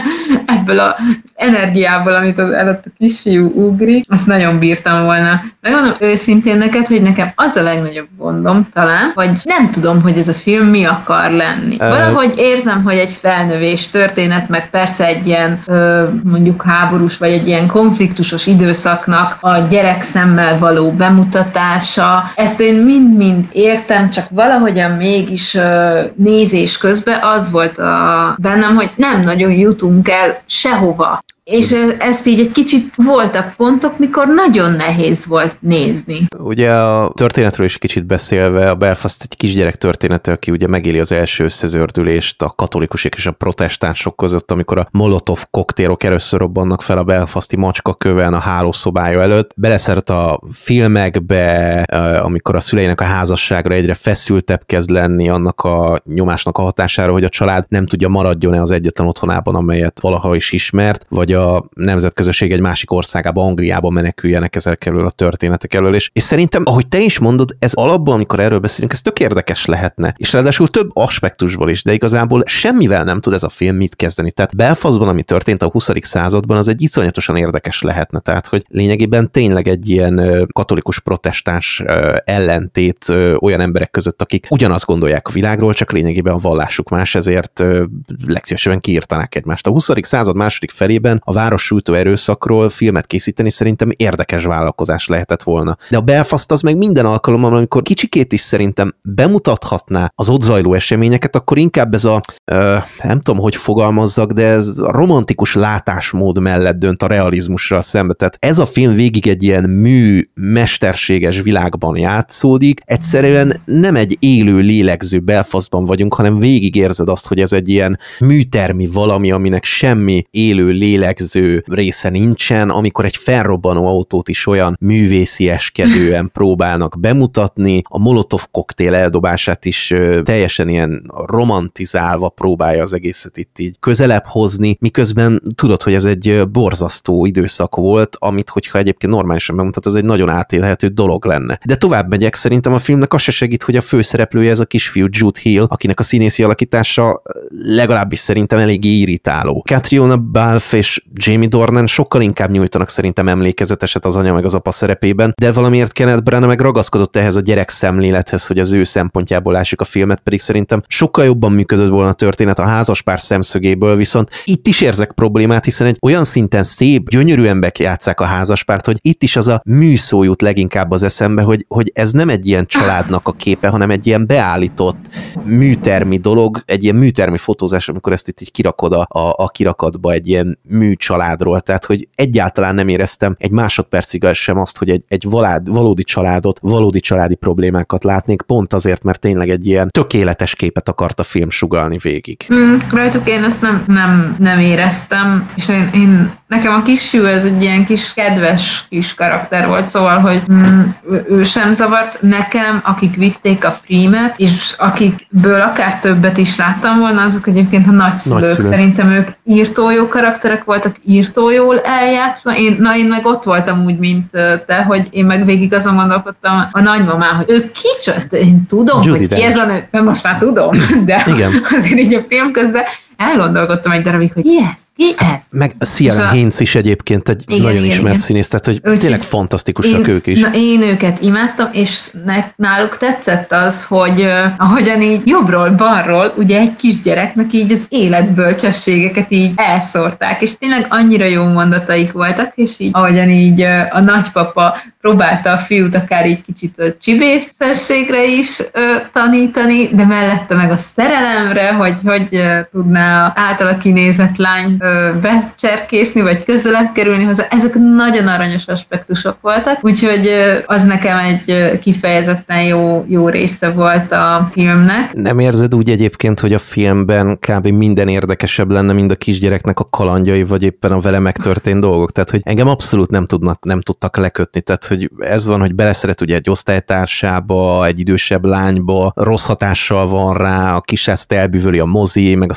ebből az energiából, amit az előtt a kisfiú ugrik, azt nagyon bírtam volna. Megmondom őszintén neked, hogy nekem az a legnagyobb gondom talán, hogy nem tudom, hogy ez a film mi akar lenni. Valahogy érzem, hogy egy felnövés történet, meg persze egy ilyen ö, mondjuk háborús, vagy egy ilyen konfliktusos időszaknak a gyerek szemmel való bemutatása. Ezt én mind-mind értem, csak valahogyan mégis ö, nézés közben az volt a bennem, hogy nem nagyon jutunk el sehova. És ezt így egy kicsit voltak pontok, mikor nagyon nehéz volt nézni. Ugye a történetről is kicsit beszélve, a Belfast egy kisgyerek története, aki ugye megéli az első összezördülést a katolikusok és a protestánsok között, amikor a Molotov koktélok először robbannak fel a belfasti macskaköven a hálószobája előtt. Beleszert a filmekbe, amikor a szüleinek a házasságra egyre feszültebb kezd lenni annak a nyomásnak a hatására, hogy a család nem tudja maradjon-e az egyetlen otthonában, amelyet valaha is ismert, vagy a nemzetközösség egy másik országába, Angliába meneküljenek ezek elől a történetek elől. És, és szerintem, ahogy te is mondod, ez alapban, amikor erről beszélünk, ez tök érdekes lehetne. És ráadásul több aspektusból is, de igazából semmivel nem tud ez a film mit kezdeni. Tehát Belfastban, ami történt a huszadik században, az egy iszonyatosan érdekes lehetne. Tehát, hogy lényegében tényleg egy ilyen katolikus protestáns ellentét olyan emberek között, akik ugyanazt gondolják a világról, csak lényegében a vallásuk más, ezért legszívesebben kiírtanák egymást. A huszadik század második felében a város sújtó erőszakról filmet készíteni szerintem érdekes vállalkozás lehetett volna. De a Belfast az meg minden alkalommal, amikor kicsikét is szerintem bemutathatná az ott zajló eseményeket, akkor inkább ez a, ö, nem tudom, hogy fogalmazzak, de ez a romantikus látásmód mellett dönt a realizmusra szembe. Tehát ez a film végig egy ilyen mű, mesterséges világban játszódik. Egyszerűen nem egy élő, lélegző Belfastban vagyunk, hanem végig érzed azt, hogy ez egy ilyen műtermi valami, aminek semmi élő, lélegző része nincsen, amikor egy felrobbanó autót is olyan művészieskedően próbálnak bemutatni, a Molotov koktél eldobását is teljesen ilyen romantizálva próbálja az egészet itt így közelebb hozni, miközben tudod, hogy ez egy borzasztó időszak volt, amit hogyha egyébként normálisan bemutat, ez egy nagyon átélhető dolog lenne. De tovább megyek, szerintem a filmnek az se segít, hogy a főszereplője ez a kisfiú Jude Hill, akinek a színészi alakítása legalábbis szerintem eléggé irritáló. Catriona Balfe és Jamie Dornan sokkal inkább nyújtanak szerintem emlékezeteset az anya meg az apa szerepében, de valamiért Kenneth Branagh meg ragaszkodott ehhez a gyerek szemlélethez, hogy az ő szempontjából lássuk a filmet, pedig szerintem sokkal jobban működött volna a történet a házaspár szemszögéből, viszont itt is érzek problémát, hiszen egy olyan szinten szép, gyönyörű emberek játsszák a házaspárt, hogy itt is az a műszó jut leginkább az eszembe, hogy, hogy ez nem egy ilyen családnak a képe, hanem egy ilyen beállított műtermi dolog, egy ilyen műtermi fotózás, amikor ezt itt így kirakod a, a, a kirakatba egy ilyen műcsaládról, tehát hogy egyáltalán nem éreztem egy másodpercig sem azt, hogy egy, egy valád, valódi családot, valódi családi problémákat látnék, pont azért, mert tényleg egy ilyen tökéletes képet akart a film sugallni végig. Mm, rajtuk én ezt nem, nem, nem éreztem, és én, én nekem a kisfiú ez egy ilyen kis kedves kis karakter volt, szóval, hogy mm, ő, ő sem zavart. Nekem, akik vitték a prímet, és akikből akár többet is láttam volna, azok egyébként a nagyszülők. Nagyszülők. Szerintem ők írtó jó karakterek voltak, írtó jól eljátszva. Én, na én meg ott voltam úgy, mint te, hogy én meg végig azon gondolkodtam a nagymamán, hogy ő kicsit, én tudom, Judi hogy ki ez a nő, most már tudom, de igen. Azért így a film közben elgondolkodtam egy darabig, hogy ki ez? Ki ez? Meg Ciara Haynes is egyébként egy igen, nagyon igen, ismert igen. színész, tehát hogy Úgy, tényleg fantasztikusak ők is. Na, én őket imádtam, és náluk tetszett az, hogy uh, ahogyan így jobbról, balról, ugye egy kisgyereknek így az életbölcsességeket így elszórták, és tényleg annyira jó mondataik voltak, és így ahogyan így uh, a nagypapa próbálta a fiút akár így kicsit uh, csibészességre is uh, tanítani, de mellette meg a szerelemre, hogy hogy uh, tudná általa kinézett lány becserkészni, vagy közelebb kerülni hozzá. Ezek nagyon aranyos aspektusok voltak, úgyhogy az nekem egy kifejezetten jó, jó része volt a filmnek. Nem érzed úgy egyébként, hogy a filmben kb. Minden érdekesebb lenne, mint a kisgyereknek a kalandjai, vagy éppen a vele megtörtént dolgok? Tehát, hogy engem abszolút nem tudnak, nem tudtak lekötni. Tehát, hogy ez van, hogy beleszeret ugye egy osztálytársába, egy idősebb lányba, rossz hatással van rá, a kis ezt elbűvöli a mozi, meg a színház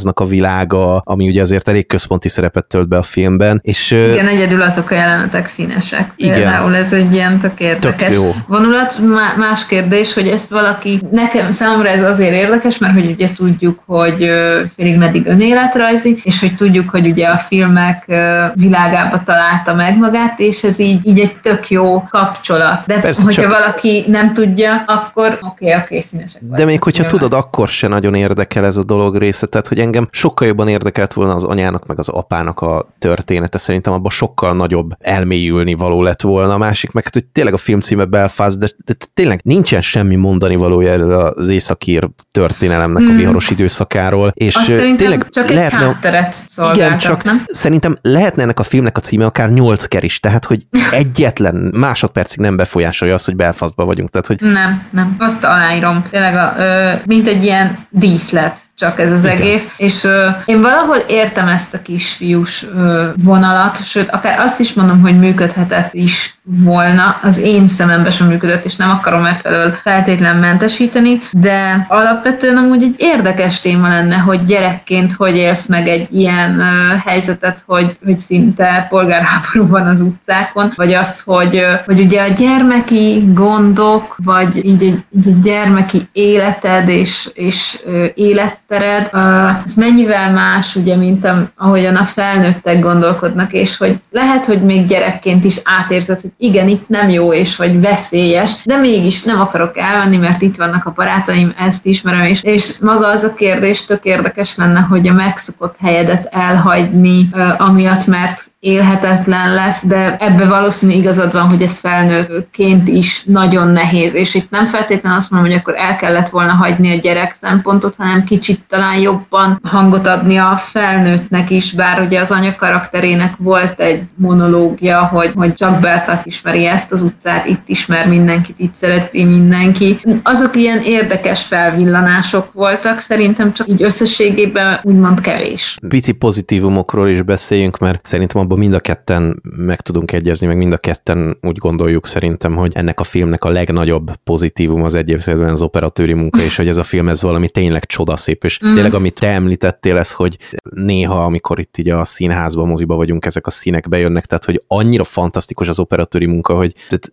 színháznak a világa, ami ugye azért elég központi szerepet tölt be a filmben. És, igen, egyedül azok a jelenetek színesek. Igen. Például ez egy ilyen tök érdekes tök jó. vonulat. Más kérdés, hogy ezt valaki, nekem számomra ez azért érdekes, mert hogy ugye tudjuk, hogy félig meddig önéletrajzi, és hogy tudjuk, hogy ugye a filmek világába találta meg magát, és ez így, így egy tök jó kapcsolat. De persze, hogyha csak... valaki nem tudja, akkor oké, okay, oké, színesek vagy. De még hogyha filmek. Tudod, akkor se nagyon érdekel ez a dolog része, tehát hogy engem sokkal jobban érdekelt volna az anyának meg az apának a története, szerintem abban sokkal nagyobb elmélyülni való lett volna. A másik meg, hogy tényleg a film címe Belfast, de, de tényleg nincsen semmi mondani valója erről az északír történelemnek hmm. a viharos időszakáról. És azt tényleg csak lehetne, egy hátteret szolgáltat, igen, csak nem? Szerintem lehetne ennek a filmnek a címe akár nyolc ker is, tehát hogy egyetlen másodpercig nem befolyásolja azt, hogy Belfastban vagyunk. Tehát, hogy... Nem, nem. Azt aláírom. Tényleg a, ö, mint egy ilyen díszlet csak ez az igen. egész. És ö, én valahol értem ezt a kisfiús ö, vonalat, sőt, akár azt is mondom, hogy működhetett is volna, az én szemembe sem működött, és nem akarom efelől feltétlen mentesíteni, de alapvetően amúgy egy érdekes téma lenne, hogy gyerekként hogy élsz meg egy ilyen uh, helyzetet, hogy, hogy szinte polgárháború van az utcákon, vagy azt, hogy, uh, hogy ugye a gyermeki gondok, vagy így egy, így egy gyermeki életed és, és uh, élettered, uh, ez mennyivel más, ugye, mint am, ahogyan a felnőttek gondolkodnak, és hogy lehet, hogy még gyerekként is átérzed, hogy igen, itt nem jó és vagy veszélyes, de mégis nem akarok elmenni, mert itt vannak a barátaim, ezt ismerem, és, és maga az a kérdés tök érdekes lenne, hogy a megszokott helyedet elhagyni, amiatt, mert élhetetlen lesz, de ebbe valószínű igazad van, hogy ez felnőttként is nagyon nehéz, és itt nem feltétlenül azt mondom, hogy akkor el kellett volna hagyni a gyerek szempontot, hanem kicsit talán jobban hangot adni a felnőttnek is, bár ugye az anya karakterének volt egy monológia, hogy, hogy csak Belfast ismeri ezt az utcát, itt ismer mindenkit, itt szereti mindenki. Azok ilyen érdekes felvillanások voltak, szerintem csak így összességében úgymond kevés. Pici pozitívumokról is beszéljünk, mert szerintem abban mind a ketten meg tudunk egyezni, meg mind a ketten úgy gondoljuk szerintem, hogy ennek a filmnek a legnagyobb pozitívum az egyébként az operatőri munka, és hogy ez a film ez valami tényleg csodaszép, és mm. tényleg amit te említettél, ez, hogy néha, amikor itt így a színházban, moziba vagyunk, ezek a színek bejönnek, tehát hogy annyira fantasztikus az operatőri munka, hogy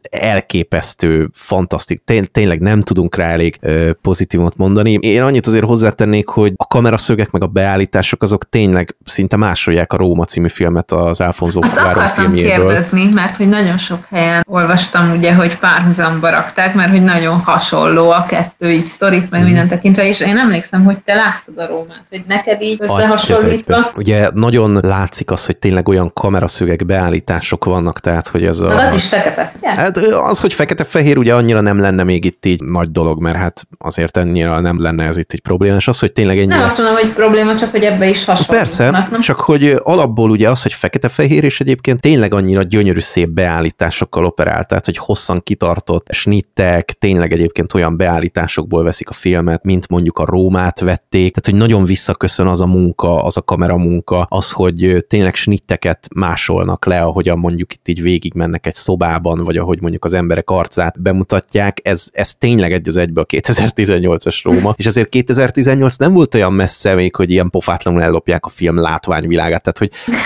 elképesztő, fantasztik, Té- tényleg nem tudunk rá elég ö, pozitívumot mondani. Én annyit azért hozzátennék, hogy a kameraszögek meg a beállítások azok tényleg szinte másolják a Róma című filmet az Alfonso Cuarón filmjéből. Azt akartam kérdezni, mert hogy nagyon sok helyen olvastam ugye, hogy párhuzamba rakták, mert hogy nagyon hasonló a kettő így sztorit, meg hmm. minden tekintve, és én emlékszem, hogy te láttad a Rómát, hogy neked így összehasonlítva. Ugye nagyon látszik az, hogy tényleg olyan kameraszögek, beállítások vannak, tehát hogy ez a... Hát az is fekete, ugye? Hát az, hogy fekete-fehér ugye annyira nem lenne még itt így nagy dolog, mert hát azért ennyire nem lenne ez itt egy probléma, és az, hogy tényleg ennyire... Nem azt mondom, hogy probléma, csak hogy ebbe is hasonló. Persze, nem? Csak hogy alapból ugye az, hogy fekete-fehér, és egyébként tényleg annyira gyönyörű szép beállításokkal operál, tehát hogy hosszan kitartott snittek, tényleg egyébként olyan beállításokból veszik a filmet, mint mondjuk a Rómát vették, tehát hogy nagyon visszaköszön az a munka, az a kameramunka, az, hogy tényleg snitteket másolnak le, ahogyan mondjuk itt így végig mennek egy szobában, vagy ahogy mondjuk az emberek arcát bemutatják, ez, ez tényleg egy az egybe a kétezer-tizennyolcas Róma, és azért kétezer-tizennyolc nem volt olyan messze még, hogy ilyen pofátlanul ellopják a film látványvilágát, tehát hogy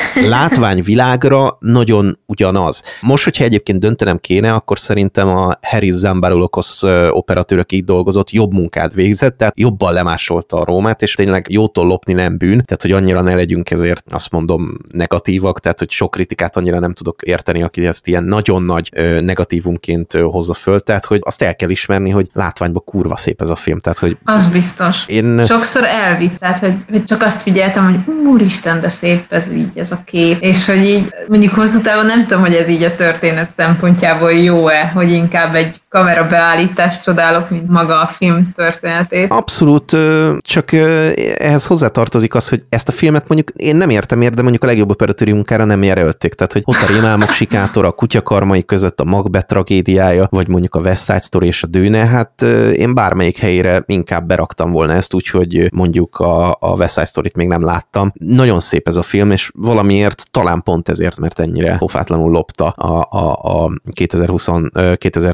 látványvilágra nagyon ugyanaz. Most, hogyha egyébként döntenem kéne, akkor szerintem a Haris Zambaroulokosz operatőr, aki itt dolgozott, jobb munkát végzett, tehát jobban lemásolta a Rómát, és tényleg jótól lopni nem bűn, tehát hogy annyira ne legyünk ezért, azt mondom, negatívak, tehát hogy sok kritikát annyira nem tudok érteni, aki ezt ilyen nagyon nagy ö, negatívumként ö, hozza föl, tehát hogy azt el kell ismerni, hogy látványban kurva szép ez a film, tehát hogy... Az biztos. Én... Sokszor elvitt, tehát hogy, hogy csak azt figyeltem, hogy úristen, de szép ez így, ez a kép, és hogy így mondjuk hosszú távon nem tudom, hogy ez így a történet szempontjából jó-e, hogy inkább egy kamerabeállítást csodálok, mint maga a film történetét. Abszolút, csak ehhez hozzátartozik az, hogy ezt a filmet mondjuk én nem értem ér, de mondjuk a legjobb operatőri munkára nem jelölték. Tehát, hogy ott a Rémálmok sikátora, a Kutyakarmai között a Macbeth tragédiája, vagy mondjuk a West Side Story és a Dűne, hát én bármelyik helyére inkább beraktam volna ezt, úgyhogy mondjuk a, a West Side Storyt még nem láttam. Nagyon szép ez a film, és valamiért, talán pont ezért, mert ennyire pofátlanul lopta a, a, a kétezer-húsz, kétezer-tizennyolcas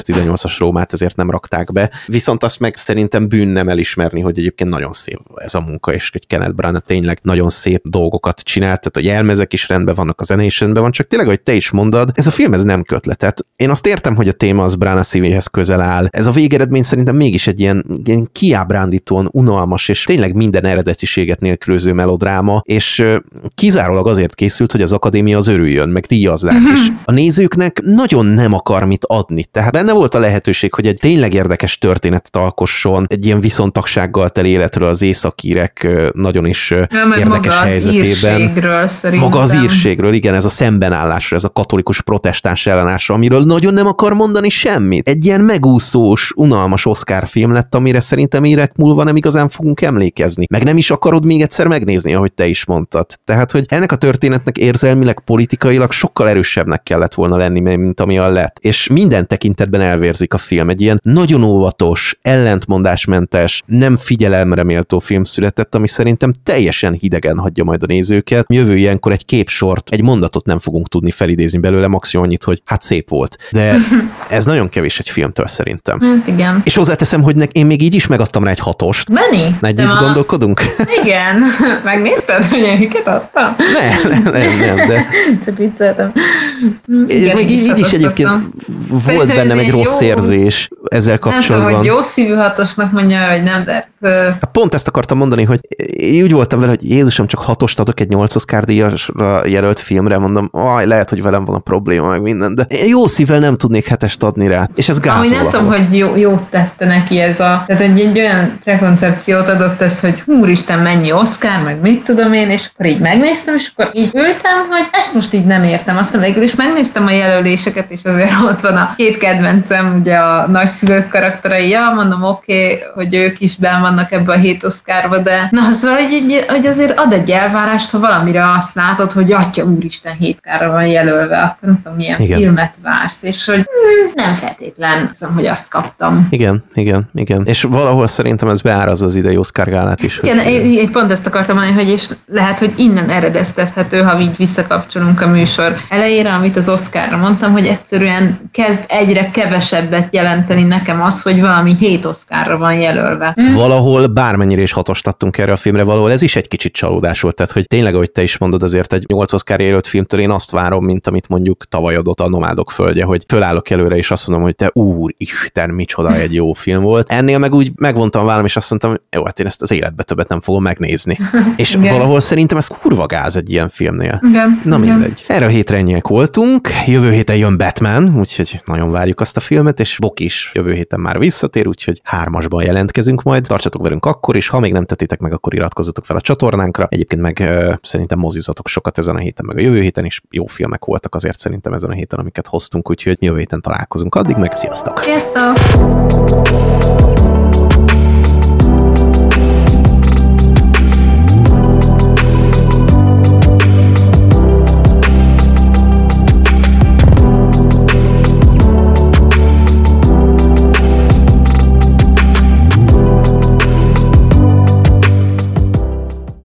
faszos Rómát ezért nem rakták be. Viszont azt meg szerintem bűn nem elismerni, hogy egyébként nagyon szép ez a munka, és hogy Kenneth Branagh tényleg nagyon szép dolgokat csinált, tehát a jelmezek is rendben vannak, a zene is rendben van, csak tényleg, hogy te is mondod, ez a film ez nem kötletet. Én azt értem, hogy a téma az Branagh szívéhez közel áll. Ez a végeredmény szerintem mégis egy ilyen, ilyen kiábrándítóan unalmas, és tényleg minden eredetiséget nélkülöző melodráma, és kizárólag azért készült, hogy az akadémia az örüljön, meg díjazzák, uh-huh. és a nézőknek nagyon nem akar mit adni. Tehát benne volt a lehetőség, hogy egy tényleg érdekes történetet alkosson, egy ilyen viszontagsággal teli életről az északírek nagyon is ja, érdekes maga helyzetében. Az maga az írségről, igen, ez a szembenállásra, ez a katolikus protestáns ellenállásra, amiről nagyon nem akar mondani semmit. Egy ilyen megúszós, unalmas Oscar film lett, amire szerintem évek múlva nem igazán fogunk emlékezni. Meg nem is akarod még egyszer megnézni, ahogy te is mondtad. Tehát, hogy ennek a történetnek érzelmileg, politikailag sokkal erősebbnek kellett volna lenni, mint amilyen lett. És minden tekintetben elvérzik a film. Egy ilyen nagyon óvatos, ellentmondásmentes, nem figyelemre méltó film született, ami szerintem teljesen hidegen hagyja majd a nézőket. Jövő ilyenkor egy képsort, egy mondatot nem fogunk tudni felidézni belőle, maximum annyit, hogy hát szép volt. De ez nagyon kevés egy filmtől szerintem. Hát igen. És hozzáteszem, hogy én még így is megadtam rá egy hatost. Benni? Együtt a... gondolkodunk? Igen. Megnézted, hogy elyiket adtam? Nem, nem, nem, nem, de... Csak vicceltem. Igen, még így, így is egyébként volt szerintem bennem egy rossz jó... érzés ezzel kapcsolatban. Nem tudom, hogy jó szívű hatosnak mondja, vagy nem, de... Pont ezt akartam mondani, hogy én úgy voltam vele, hogy Jézusom, csak hatost adok egy nyolc Oscar díjasra jelölt filmre, mondom, aj, lehet, hogy velem van a probléma, meg minden, de jó szívvel nem tudnék hetest adni rá, és ez gáz. Amúgy nem tudom, hogy jó, jót tette neki ez a... Tehát, hogy egy olyan prekoncepciót adott ez, hogy úristen, mennyi Oscar, meg mit tudom én, és akkor így megnéztem, és akkor így ültem, hogy ezt most így nem értem. Aztán végül is megnéztem a jelöléseket, és azért ott van a két kedvencem, ugye a nagyszülők karakterei, ja, mondom, oké, okay, hogy ők is benn vannak ebbe a hét Oscarba, de na, szóval, hogy, hogy azért ad egy elvárást, ha valamire azt látod, hogy atya úristen, hét Oscarra van jelölve, akkor nem tudom, milyen igen. filmet vársz, és hogy hm, nem feltétlen hiszem, hogy azt kaptam. Igen, igen, igen. És valahol szerintem ez beáraz az idei Oscar gálát is. Igen, hogy... én, én pont ezt akartam mondani, hogy és lehet, hogy innen eredeztethető, ha így visszakapcsolunk a műsor elejére, amit az Oscarra mondtam, hogy egyszerűen kezd egyre kevesebbet jelenteni nekem az, hogy valami hét Oscarra van jelölve. Hm? Valahol bármennyire is hatost adtunk erre a filmre, valahol ez is egy kicsit csalódás volt, tehát hogy tényleg, ahogy te is mondod, azért egy nyolc Oscar jelölt filmtől én azt várom, mint amit mondjuk tavaly adott a Nomádok földje, hogy fölállok előre, és azt mondom, hogy te úristen, micsoda egy jó film volt. Ennél meg úgy megvontam vállam, és azt mondtam, hogy jó, hát én ezt az életbe többet nem fogom megnézni. És igen. valahol szerintem ez kurva gáz egy ilyen filmnél. Igen. Na igen. mindegy. Erre a hétre ennyiek voltunk. Jövő héten jön Batman, úgyhogy nagyon várjuk azt a filmet, és Bok is jövő héten már visszatér, úgyhogy hármasban jelentkezünk majd. Tartsatok velünk akkor is, ha még nem tettétek meg, akkor iratkozzatok fel a csatornánkra. Egyébként meg ö, szerintem mozizatok sokat ezen a héten, meg a jövő héten is. Jó filmek voltak azért szerintem ezen a héten, amiket hoztunk, úgyhogy jövő héten találkozunk. Addig meg sziasztok! Sziasztok!